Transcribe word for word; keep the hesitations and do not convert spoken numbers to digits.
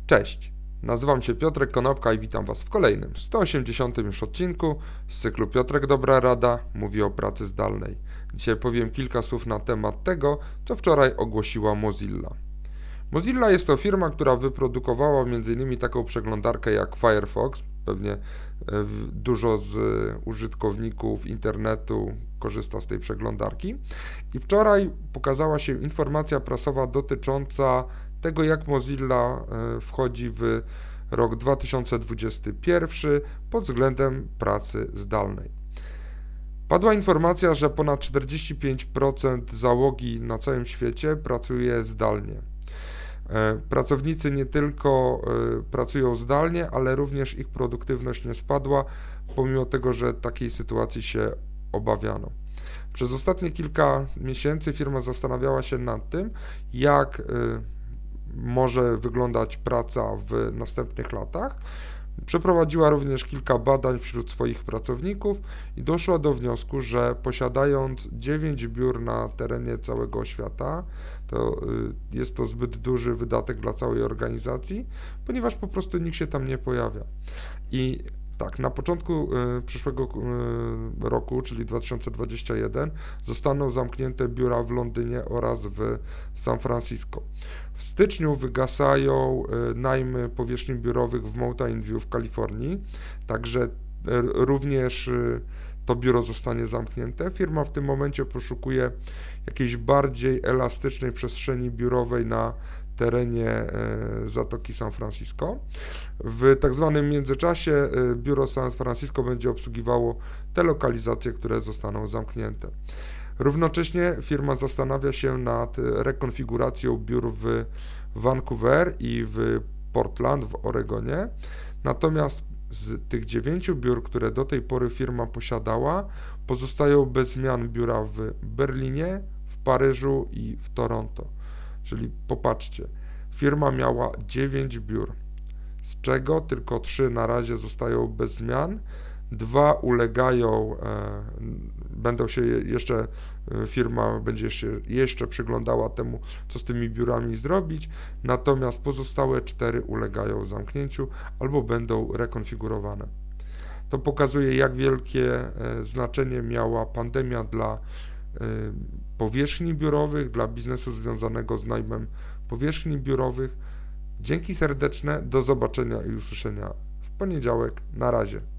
Cześć, nazywam się Piotrek Konopka i witam Was w kolejnym, sto osiemdziesiątym już odcinku z cyklu Piotrek Dobra Rada mówi o pracy zdalnej. Dzisiaj powiem kilka słów na temat tego, co wczoraj ogłosiła Mozilla. Mozilla jest to firma, która wyprodukowała między innymi taką przeglądarkę jak Firefox. Pewnie dużo z użytkowników internetu korzysta z tej przeglądarki. I wczoraj pokazała się informacja prasowa dotycząca tego, jak Mozilla wchodzi w rok dwa tysiące dwudziesty pierwszy pod względem pracy zdalnej. Padła informacja, że ponad czterdzieści pięć procent załogi na całym świecie pracuje zdalnie. Pracownicy nie tylko pracują zdalnie, ale również ich produktywność nie spadła, pomimo tego, że takiej sytuacji się obawiano. Przez ostatnie kilka miesięcy firma zastanawiała się nad tym, jak może wyglądać praca w następnych latach. Przeprowadziła również kilka badań wśród swoich pracowników i doszła do wniosku, że posiadając dziewięć biur na terenie całego świata, to jest to zbyt duży wydatek dla całej organizacji, ponieważ po prostu nikt się tam nie pojawia. I tak, na początku y, przyszłego y, roku, czyli dwa tysiące dwudziestego pierwszego, zostaną zamknięte biura w Londynie oraz w San Francisco. W styczniu wygasają y, najmy powierzchni biurowych w Mountain View w Kalifornii, także y, również y, to biuro zostanie zamknięte. Firma w tym momencie poszukuje jakiejś bardziej elastycznej przestrzeni biurowej na terenie Zatoki San Francisco. W tak zwanym międzyczasie biuro San Francisco będzie obsługiwało te lokalizacje, które zostaną zamknięte. Równocześnie firma zastanawia się nad rekonfiguracją biur w Vancouver i w Portland w Oregonie. Natomiast z tych dziewięciu biur, które do tej pory firma posiadała, pozostają bez zmian biura w Berlinie, w Paryżu i w Toronto. Czyli popatrzcie, firma miała dziewięć biur, z czego tylko trzy na razie zostają bez zmian, dwa ulegają, e, będą się jeszcze, firma będzie się jeszcze przyglądała temu, co z tymi biurami zrobić, natomiast pozostałe cztery ulegają zamknięciu albo będą rekonfigurowane. To pokazuje, jak wielkie e, znaczenie miała pandemia dla powierzchni biurowych, dla biznesu związanego z najmem powierzchni biurowych. Dzięki serdeczne, do zobaczenia i usłyszenia w poniedziałek. Na razie.